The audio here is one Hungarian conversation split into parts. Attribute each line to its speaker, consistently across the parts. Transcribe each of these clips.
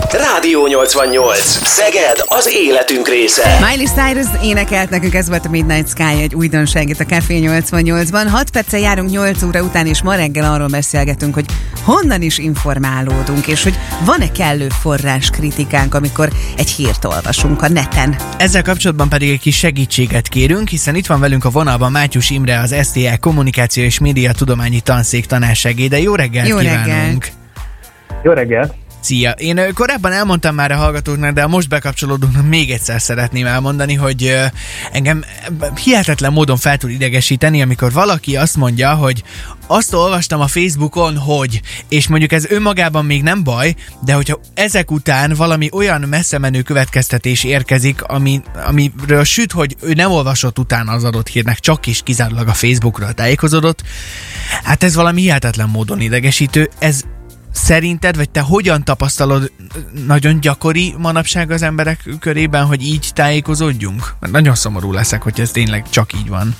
Speaker 1: Rádió 88. Szeged az életünk része.
Speaker 2: Miley Cyrus énekelt nekünk, ez volt a Midnight Sky, egy újdonság itt a Café 88-ban. 6 perccel járunk 8 óra után, és ma reggel arról beszélgetünk, hogy honnan is informálódunk, és hogy van-e kellő forrás kritikánk, amikor egy hírt olvasunk a neten.
Speaker 3: Ezzel kapcsolatban pedig egy kis segítséget kérünk, hiszen itt van velünk a vonalban Mátyus Imre, az STL Kommunikáció és Médiatudományi Tanszék tanársegéde. Jó reggelt kívánunk!
Speaker 4: Jó reggelt!
Speaker 3: Szia! Én korábban elmondtam már a hallgatóknak, de most bekapcsolódóknak még egyszer szeretném elmondani, hogy engem hihetetlen módon fel tud idegesíteni, amikor valaki azt mondja, hogy azt olvastam a Facebookon, hogy, és mondjuk ez önmagában még nem baj, de hogyha ezek után valami olyan messze menő következtetés érkezik, amiről süt, hogy ő nem olvasott utána az adott hírnek, csak és kizárólag a Facebookról tájékozódott, hát ez valami hihetetlen módon idegesítő. Ez szerinted, vagy te hogyan tapasztalod, nagyon gyakori manapság az emberek körében, hogy így tájékozódjunk? Mert nagyon szomorú leszek, hogy ez tényleg csak így van.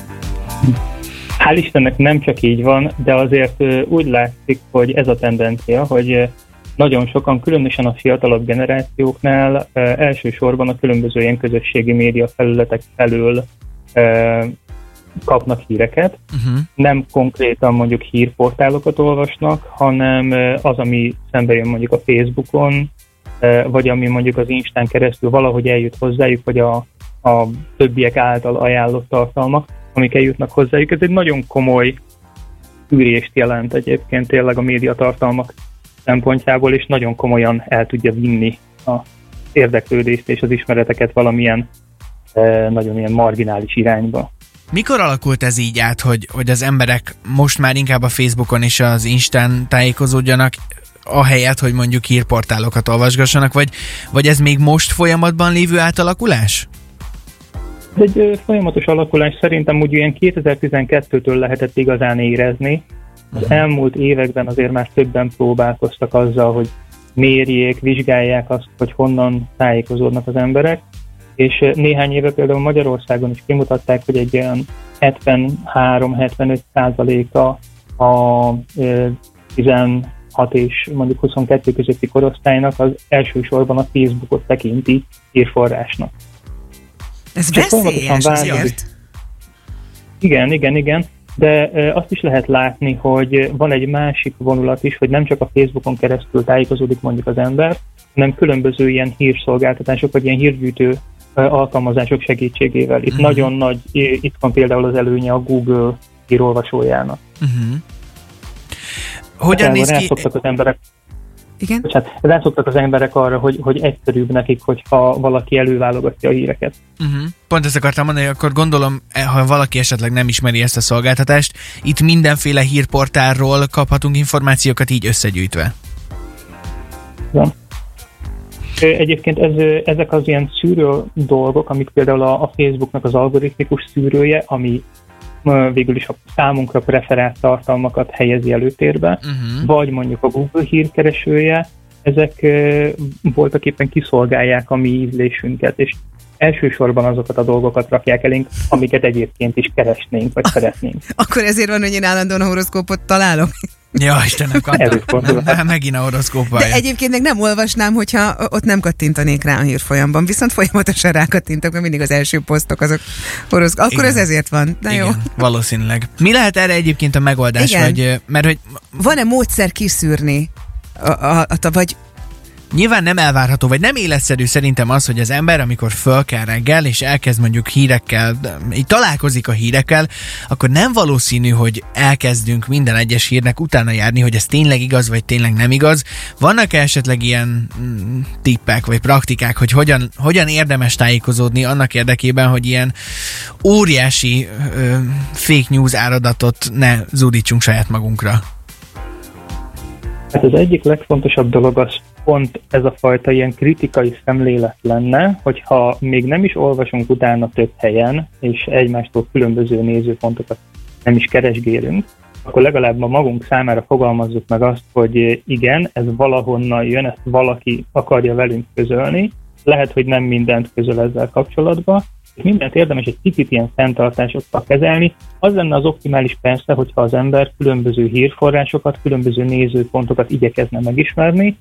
Speaker 4: Hál' Istennek nem csak így van, de azért úgy látszik, hogy ez a tendencia, hogy nagyon sokan, különösen a fiatalabb generációknál elsősorban a különböző ilyen közösségi média felületek felől kapnak híreket. Nem konkrétan mondjuk hírportálokat olvasnak, hanem az, ami szembe jön mondjuk a Facebookon, vagy ami mondjuk az Instán keresztül valahogy eljut hozzájuk, vagy a többiek által ajánlott tartalmak, amik eljutnak hozzájuk. Ez egy nagyon komoly űrést jelent egyébként tényleg a médiatartalmak szempontjából, és nagyon komolyan el tudja vinni az érdeklődést és az ismereteket valamilyen nagyon ilyen marginális irányba.
Speaker 3: Mikor alakult ez így át, hogy az emberek most már inkább a Facebookon és az Instán tájékozódjanak, ahelyett, hogy mondjuk hírportálokat olvasgassanak, vagy ez még most folyamatban lévő átalakulás?
Speaker 4: Ez egy folyamatos alakulás, szerintem úgy ilyen 2012-től lehetett igazán érezni. Az elmúlt években azért már többen próbálkoztak azzal, hogy mérjék, vizsgálják azt, hogy honnan tájékozódnak az emberek, és néhány éve például Magyarországon is kimutatták, hogy egy olyan 73-75%-a a 16 és mondjuk 22 közötti korosztálynak az elsősorban a Facebookot tekinti hírforrásnak.
Speaker 2: Ez veszélyes azért.
Speaker 4: Igen, de azt is lehet látni, hogy van egy másik vonulat is, hogy nem csak a Facebookon keresztül tájékozódik mondjuk az ember, hanem különböző ilyen hírszolgáltatások, vagy ilyen hírgyűjtő alkalmazások segítségével. Itt nagyon nagy, itt van például az előnye a Google hírolvasójának.
Speaker 3: Hogyan néz ki?
Speaker 4: Rászoktak az emberek.
Speaker 2: Igen?
Speaker 4: Bocsánat, rászoktak az emberek arra, hogy egyszerűbb nekik, hogyha valaki előválogatja a híreket.
Speaker 3: Pont ezt akartam mondani, akkor gondolom, ha valaki esetleg nem ismeri ezt a szolgáltatást, itt mindenféle hírportálról kaphatunk információkat így összegyűjtve.
Speaker 4: Ja. Egyébként ezek az ilyen szűrő dolgok, amik például a Facebooknak az algoritmikus szűrője, ami végül is a számunkra preferált tartalmakat helyezi előtérbe, vagy mondjuk a Google hírkeresője, ezek voltak éppen kiszolgálják a mi ízlésünket, és elsősorban azokat a dolgokat rakják elénk, amiket egyébként is keresnénk, vagy szeretnénk.
Speaker 2: Akkor ezért van, hogy én állandóan a horoszkópot találom.
Speaker 3: Ja, Istenem, megint a horoszkópban.
Speaker 2: De egyébként meg nem olvasnám, hogyha ott nem kattintanék rá a hírfolyamban, viszont folyamatosan rákattintok, mert mindig az első posztok azok horoszkóp. Akkor ez ezért van. De jó.
Speaker 3: Valószínűleg. Mi lehet erre egyébként a megoldás? Hogy
Speaker 2: van-e módszer kiszűrni? Vagy
Speaker 3: nyilván nem elvárható, vagy nem életszerű szerintem az, hogy az ember, amikor föl kell reggel, és elkezd mondjuk hírekkel, így találkozik a hírekkel, akkor nem valószínű, hogy elkezdünk minden egyes hírnek utána járni, hogy ez tényleg igaz, vagy tényleg nem igaz. Vannak esetleg ilyen tippek, vagy praktikák, hogy hogyan érdemes tájékozódni annak érdekében, hogy ilyen óriási fake news áradatot ne zúdítsunk saját magunkra?
Speaker 4: Hát az egyik legfontosabb dolog az pont ez a fajta ilyen kritikai szemlélet lenne, hogyha még nem is olvasunk utána több helyen, és egymástól különböző nézőpontokat nem is keresgélünk, akkor legalább ma magunk számára fogalmazzuk meg azt, hogy igen, ez valahonnan jön, ezt valaki akarja velünk közölni, lehet, hogy nem mindent közöl ezzel kapcsolatban, és mindent érdemes egy kicsit ilyen fenntartásokkal kezelni. Az lenne az optimális persze, hogyha az ember különböző hírforrásokat, különböző nézőpontokat igyekezne megismerni,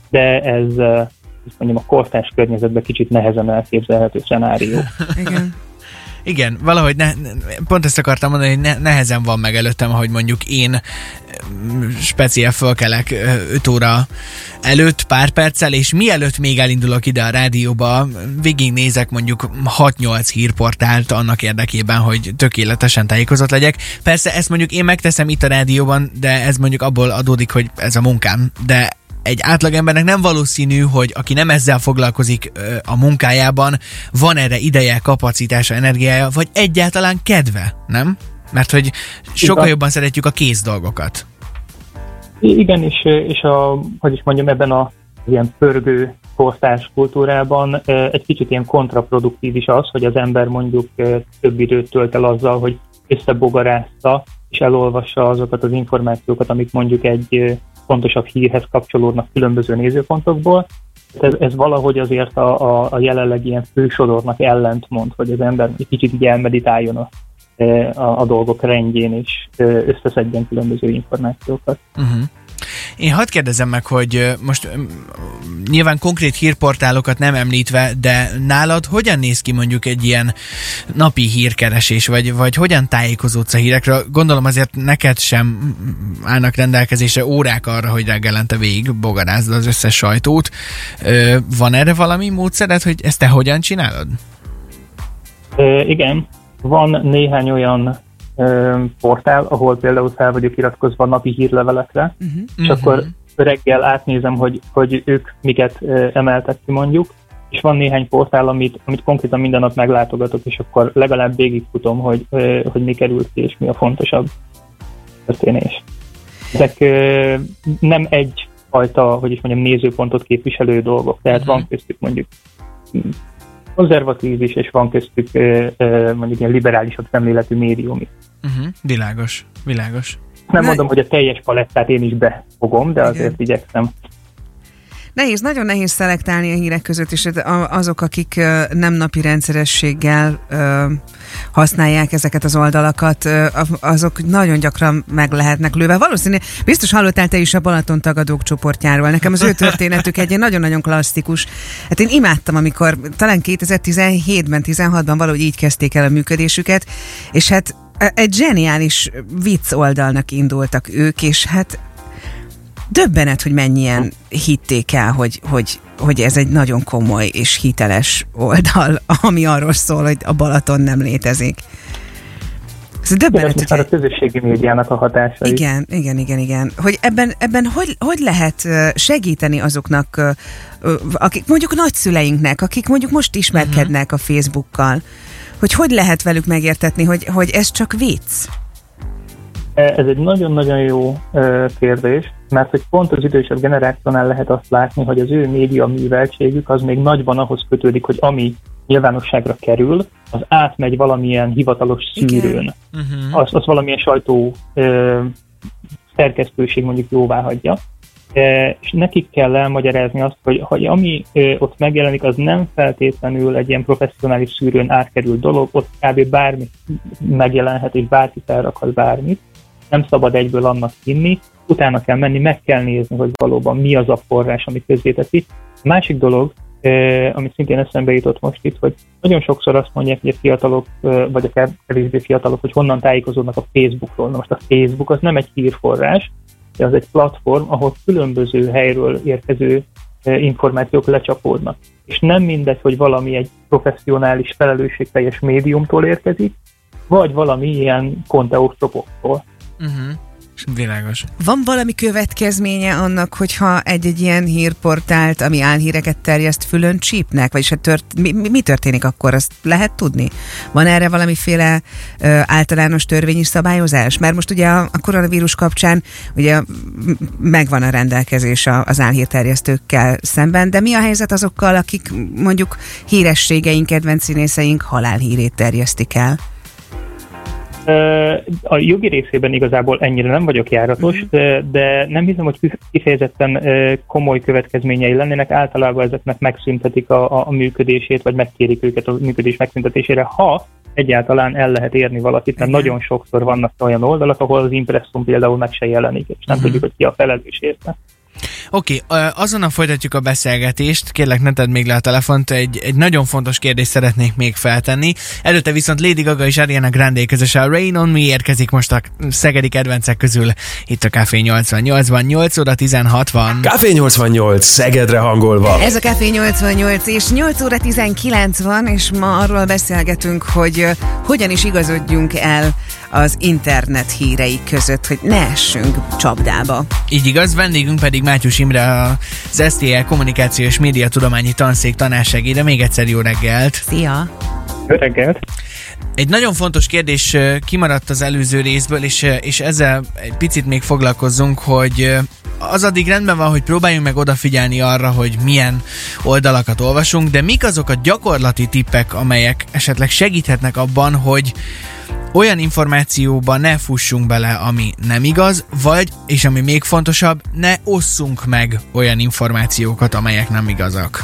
Speaker 4: de ez mondjam, a kortárs környezetben kicsit nehezen elképzelhető szenárió.
Speaker 2: Igen.
Speaker 3: Igen, valahogy pont ezt akartam mondani, hogy nehezen van meg előttem, hogy mondjuk én speciál fölkelek 5 óra előtt pár perccel, és mielőtt még elindulok ide a rádióba, végignézek mondjuk 6-8 hírportált annak érdekében, hogy tökéletesen tájékozott legyek. Persze ezt mondjuk én megteszem itt a rádióban, de ez mondjuk abból adódik, hogy ez a munkám, de egy átlagembernek nem valószínű, hogy aki nem ezzel foglalkozik a munkájában, van erre ideje, kapacitása, energiája, vagy egyáltalán kedve, nem? Mert hogy sokkal jobban szeretjük a kész dolgokat.
Speaker 4: Igen, és hogy is mondjam, ebben a ilyen pörgő kortárs kultúrában egy kicsit ilyen kontraproduktív is az, hogy az ember mondjuk több időt tölt el azzal, hogy összebogarázza és elolvassa azokat az információkat, amik mondjuk egy fontosabb hírhez kapcsolódnak különböző nézőpontokból. Ez valahogy azért a jelenleg ilyen fősodornak ellentmond, hogy az ember egy kicsit így elmeditáljon a dolgok rendjén, és összeszedjen különböző információkat.
Speaker 3: Uh-huh. Én hadd kérdezem meg, hogy most nyilván konkrét hírportálokat nem említve, de nálad hogyan néz ki mondjuk egy ilyen napi hírkeresés, vagy hogyan tájékozódsz a hírekről? Gondolom azért neked sem állnak rendelkezésre órák arra, hogy reggelente végig bogarázd az összes sajtót. Van erre valami módszered, hogy ezt te hogyan csinálod?
Speaker 4: Igen, van néhány olyan portál, ahol például fel vagyok iratkozva napi hírlevelekre, és akkor reggel átnézem, hogy ők miket emeltek ki mondjuk, és van néhány portál, amit konkrétan minden nap meglátogatok, és akkor legalább végigfutom, hogy mi került ki, és mi a fontosabb történés. Ezek nem egyfajta, hogy is mondjam, nézőpontot képviselő dolgok, tehát van köztük mondjuk konzervatív is, és van köztük mondjuk ilyen liberálisabb szemléletű médium is.
Speaker 3: Világos.
Speaker 4: Nem mondom, hogy a teljes palettát én is befogom, de azért igyekszem.
Speaker 2: Nagyon nehéz szelektálni a hírek között, és azok, akik nem napi rendszerességgel használják ezeket az oldalakat, azok nagyon gyakran meg lehetnek lőve. Valószínűleg biztos hallottál te is a Balaton tagadók csoportjáról. Nekem az ő történetük egy nagyon-nagyon klasszikus. Hát én imádtam, amikor talán 2017-ben, 16-ban valahogy így kezdték el a működésüket, és hát egy zseniális vicc oldalnak indultak ők, és hát döbbenet, hogy mennyien hitték el, hogy ez egy nagyon komoly és hiteles oldal, ami arról szól, hogy a Balaton nem létezik. Ez döbbenet,
Speaker 4: hogy a közösségi médiának a hatása.
Speaker 2: Igen. Hogy ebben hogy lehet segíteni azoknak, akik mondjuk nagyszüleinknek, akik mondjuk most ismerkednek a Facebookkal, hogy lehet velük megértetni, hogy ez csak vicc?
Speaker 4: Ez egy nagyon-nagyon jó kérdés, mert hogy pont az idősebb generációnál lehet azt látni, hogy az ő média műveltségük az még nagyban ahhoz kötődik, hogy ami nyilvánosságra kerül, az átmegy valamilyen hivatalos szűrőn. Azt valamilyen sajtó szerkesztőség mondjuk jóvá hagyja. És nekik kell elmagyarázni azt, hogy ami ott megjelenik, az nem feltétlenül egy ilyen professzionális szűrőn átkerült dolog, ott kb. Bármi megjelenhet, és bárki felrakhat bármit. Nem szabad egyből annak hinni, utána kell menni, meg kell nézni, hogy valóban mi az a forrás, ami közzéteszi. A másik dolog, ami szintén eszembe jutott most itt, hogy nagyon sokszor azt mondják, hogy a fiatalok, vagy akár kevésbé fiatalok, hogy honnan tájékozódnak a Facebookról. Na most a Facebook az nem egy hírforrás, de az egy platform, ahol különböző helyről érkező információk lecsapódnak. És nem mindegy, hogy valami egy professzionális, felelősségteljes médiumtól érkezik, vagy valami ilyen konteós csoporttól.
Speaker 3: Világos.
Speaker 2: Van valami következménye annak, hogyha egy ilyen hírportált, ami álhíreket terjeszt, fülön csípnek? Vagyis mi történik akkor? Azt lehet tudni? Van erre valamiféle általános törvényi szabályozás? Mert most ugye a koronavírus kapcsán ugye megvan a rendelkezés az álhírterjesztőkkel szemben, de mi a helyzet azokkal, akik mondjuk hírességeink, kedvenc színészeink halálhírét terjesztik el?
Speaker 4: A jogi részében igazából ennyire nem vagyok járatos, de nem hiszem, hogy kifejezetten komoly következményei lennének. Általában ezeknek megszüntetik a működését, vagy megkérik őket a működés megszüntetésére, ha egyáltalán el lehet érni valakit, mert nagyon sokszor vannak olyan oldalak, ahol az impresszum például meg se jelenik, és nem tudjuk, hogy ki a felelős érte.
Speaker 3: Oké, azonnal folytatjuk a beszélgetést, kérlek ne tedd még le a telefont, egy nagyon fontos kérdést szeretnék még feltenni. Előtte viszont Lady Gaga és Ariana Grande közösen a Rain on Me érkezik most a szegedi kedvencek közül itt a Café 88-ban, 8 óra 16 van.
Speaker 1: Café 88, Szegedre hangolva.
Speaker 2: Ez a Café 88, és 8 óra 19 van, és ma arról beszélgetünk, hogy hogyan is igazodjunk el az internet hírei között, hogy ne essünk csapdába.
Speaker 3: Így igaz, vendégünk pedig Mátyus Imre, az STL Kommunikáció és Médiatudományi Tanszék tanársegéde. Még egyszer jó reggelt!
Speaker 2: Szia!
Speaker 4: Jó reggelt!
Speaker 3: Egy nagyon fontos kérdés kimaradt az előző részből, és ezzel egy picit még foglalkozzunk, hogy az addig rendben van, hogy próbáljunk meg odafigyelni arra, hogy milyen oldalakat olvasunk, de mik azok a gyakorlati tippek, amelyek esetleg segíthetnek abban, hogy olyan információba ne fussunk bele, ami nem igaz, vagy, és ami még fontosabb, ne osszunk meg olyan információkat, amelyek nem igazak.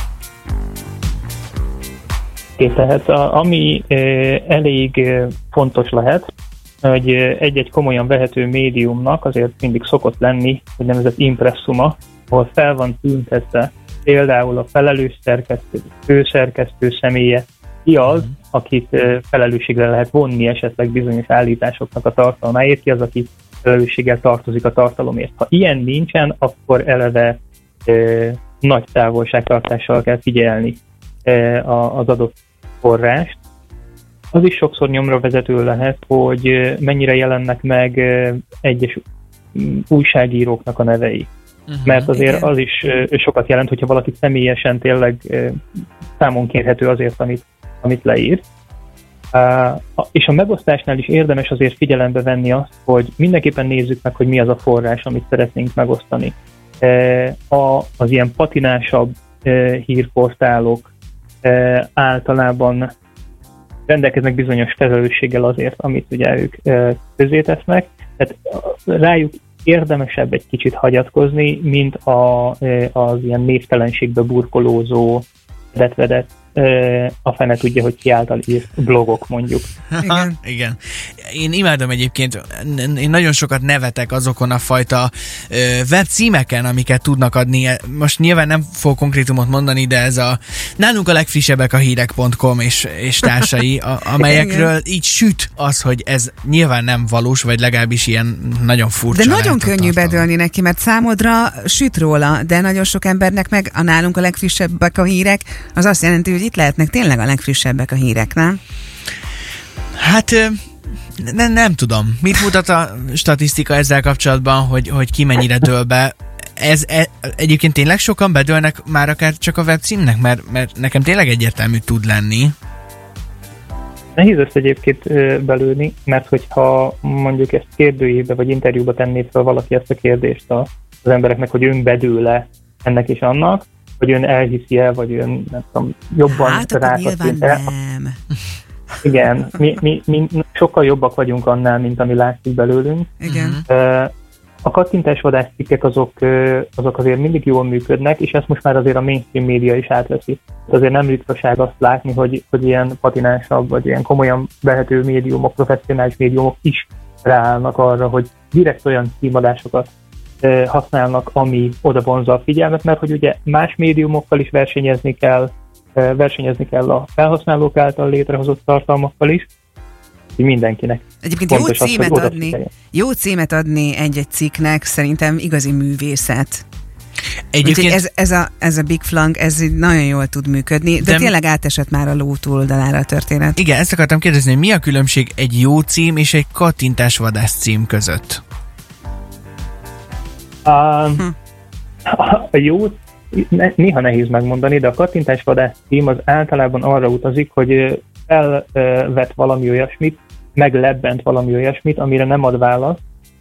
Speaker 4: Tehát ami elég fontos lehet, hogy egy-egy komolyan vehető médiumnak azért mindig szokott lenni, hogy nevezett impresszuma, ahol fel van tüntetve például a felelős szerkesztő, főszerkesztő személye, ki az, akit felelősségre lehet vonni esetleg bizonyos állításoknak a tartalmáért, ki az, aki felelősséggel tartozik a tartalomért. Ha ilyen nincsen, akkor eleve nagy távolságtartással kell figyelni az adott forrást. Az is sokszor nyomra vezető lehet, hogy mennyire jelennek meg egyes újságíróknak a nevei. Mert azért az is sokat jelent, hogyha valaki személyesen tényleg számon kérhető azért, amit leír. És a megosztásnál is érdemes azért figyelembe venni azt, hogy mindenképpen nézzük meg, hogy mi az a forrás, amit szeretnénk megosztani. Az ilyen patinásabb hírportálok általában rendelkeznek bizonyos felelősséggel azért, amit ugye ők közzétesznek. Tehát rájuk érdemesebb egy kicsit hagyatkozni, mint az ilyen névtelenségbe burkolózó, vedett, a fene tudja, hogy ki által írt blogok, mondjuk.
Speaker 2: Igen.
Speaker 3: Igen. Én imádom egyébként, én nagyon sokat nevetek azokon a fajta webcímeken, amiket tudnak adni. Most nyilván nem fog konkrétumot mondani, de ez nálunk a legfrissebbek a hírek.com és társai, amelyekről így süt az, hogy ez nyilván nem valós, vagy legalábbis ilyen nagyon furcsa.
Speaker 2: De nagyon könnyű bedőlni neki, mert számodra süt róla, de nagyon sok embernek meg a nálunk a legfrissebbek a hírek, az azt jelenti, hogy itt lehetnek tényleg a legfrissebbek a hírek, nem?
Speaker 3: Hát nem tudom. Mit mutat a statisztika ezzel kapcsolatban, hogy ki mennyire dől be? Egyébként tényleg sokan bedőlnek már akár csak a webcímnek? Mert nekem tényleg egyértelmű tud lenni.
Speaker 4: Nehéz ezt egyébként belőni, mert hogyha mondjuk ezt kérdőjébe vagy interjúba tenné fel valaki ezt a kérdést az embereknek, hogy ön bedől-e ennek és annak, hogy ön elhiszi el, vagy ön nem tudom, jobban
Speaker 2: rákattint el. Nem.
Speaker 4: Igen, mi sokkal jobbak vagyunk annál, mint ami látszik belőlünk.
Speaker 2: Igen.
Speaker 4: A kattintásvadász cikkek azok azért mindig jól működnek, és ezt most már azért a mainstream média is átveszi. Azért nem ritkaság azt látni, hogy ilyen patinásabb, vagy ilyen komolyan vehető médiumok, professzionális médiumok is ráállnak arra, hogy direkt olyan címadásokat használnak, ami oda vonzza a figyelmet, mert hogy ugye más médiumokkal is versenyezni kell a felhasználók által létrehozott tartalmakkal is, hogy mindenkinek.
Speaker 2: Egyébként jó címet adni egy-egy cikknek szerintem igazi művészet. Egyébként ez a Big Flang, ez nagyon jól tud működni, de tényleg átesett már a ló túloldalára a történet.
Speaker 3: Igen, ezt akartam kérdezni, hogy mi a különbség egy jó cím és egy kattintásvadász cím között?
Speaker 4: A jó, néha nehéz megmondani, de a kattintásvadász cím az általában arra utazik, hogy felvet valami olyasmit, meglebbent valami olyasmit, amire nem ad választ,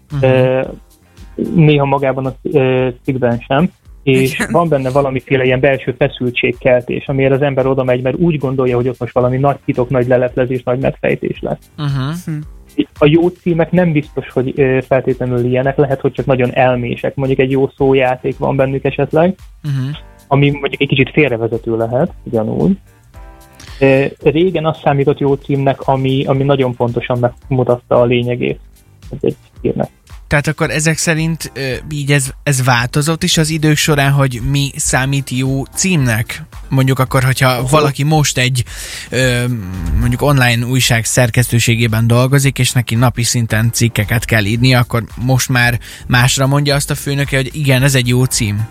Speaker 4: néha magában a cikkben sem, és van benne valamiféle ilyen belső feszültségkeltés, amire az ember oda megy, mert úgy gondolja, hogy ott most valami nagy titok, nagy leleplezés, nagy megfejtés lesz. A jó címek nem biztos, hogy feltétlenül ilyenek, lehet, hogy csak nagyon elmések, mondjuk egy jó szójáték van bennük esetleg, ami mondjuk egy kicsit félrevezető lehet, ugyanúgy. Régen az számított jó címnek, ami nagyon pontosan megmutatta a lényegét egy hírnek.
Speaker 3: Tehát akkor ezek szerint így ez változott is az idők során, hogy mi számít jó címnek? Mondjuk akkor, hogyha valaki most egy mondjuk online újság szerkesztőségében dolgozik, és neki napi szinten cikkeket kell írni, akkor most már másra mondja azt a főnöke, hogy igen, ez egy jó cím.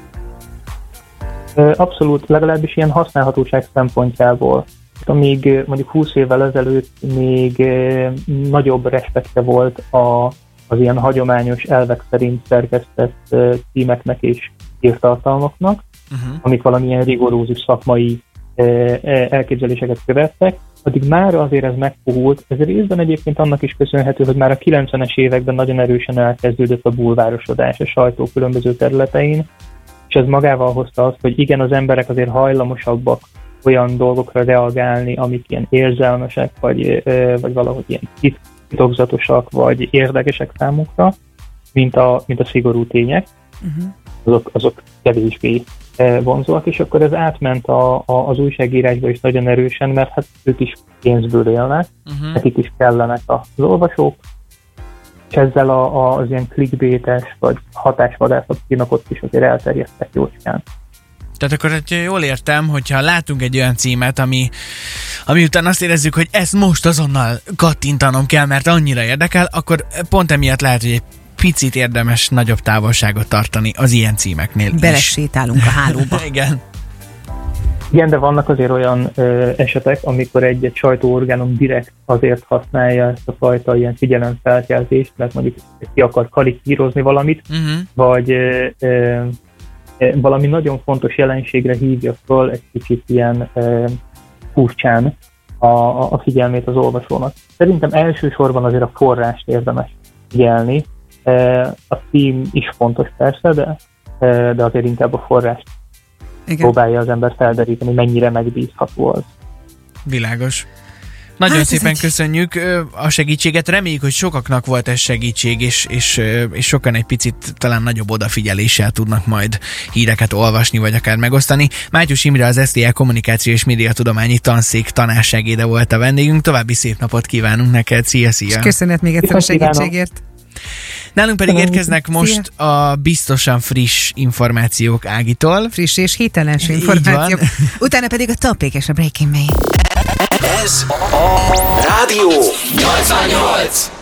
Speaker 4: Abszolút, legalábbis ilyen használhatóság szempontjából. Amíg mondjuk 20 évvel ezelőtt még nagyobb respektje volt az ilyen hagyományos elvek szerint szerkesztett címeknek és írtartalmaknak, amik valamilyen rigorózus szakmai elképzeléseket követtek, addig már azért ez megpuhult. Ez részben egyébként annak is köszönhető, hogy már a 90-es években nagyon erősen elkezdődött a bulvárosodás a sajtó különböző területein, és ez magával hozta azt, hogy igen, az emberek azért hajlamosabbak olyan dolgokra reagálni, amik ilyen érzelmesek, vagy valahogy ilyen titokzatosak, vagy érdekesek számukra, mint a szigorú tények. Azok kevésbé vonzóak, és akkor ez átment az újságírásba is nagyon erősen, mert hát ők is pénzből élnek, nekik is kellenek az olvasók, és ezzel az ilyen clickbaites vagy hatásvadászat címekot is azért elterjedtek jócskán.
Speaker 3: Tehát akkor, hogyha jól értem, hogyha látunk egy olyan címet, ami után azt érezzük, hogy ezt most azonnal kattintanom kell, mert annyira érdekel, akkor pont emiatt lehet, hogy egy picit érdemes nagyobb távolságot tartani az ilyen címeknél is.
Speaker 2: Belesétálunk a hálóba.
Speaker 3: Igen.
Speaker 4: Igen, de vannak azért olyan esetek, amikor egy sajtóorgánum direkt azért használja ezt a fajta ilyen figyelemfelkeltést, mert mondjuk ki akar karikírozni valamit, vagy valami nagyon fontos jelenségre hívja föl egy kicsit ilyen furcsán a figyelmét az olvasónak. Szerintem elsősorban azért a forrást érdemes figyelni. A cím is fontos persze, de azért inkább a forrást próbálja az ember felderíteni, mennyire megbízható az.
Speaker 3: Világos. Nagyon szépen köszönjük a segítséget. Reméljük, hogy sokaknak volt ez segítség, és sokan egy picit talán nagyobb odafigyeléssel tudnak majd híreket olvasni, vagy akár megosztani. Mátyus Imre, az STL Kommunikáció és Médiatudományi Tanszék tanársegéde volt a vendégünk. További szép napot kívánunk neked. Szia!
Speaker 2: És köszönet még egyszer a segítségért.
Speaker 3: Nálunk pedig érkeznek most a biztosan friss információk Ágitól.
Speaker 2: Friss és hiteles információk. Utána pedig a Topic és a Breaking Mail.
Speaker 1: Ez a Rádió 88.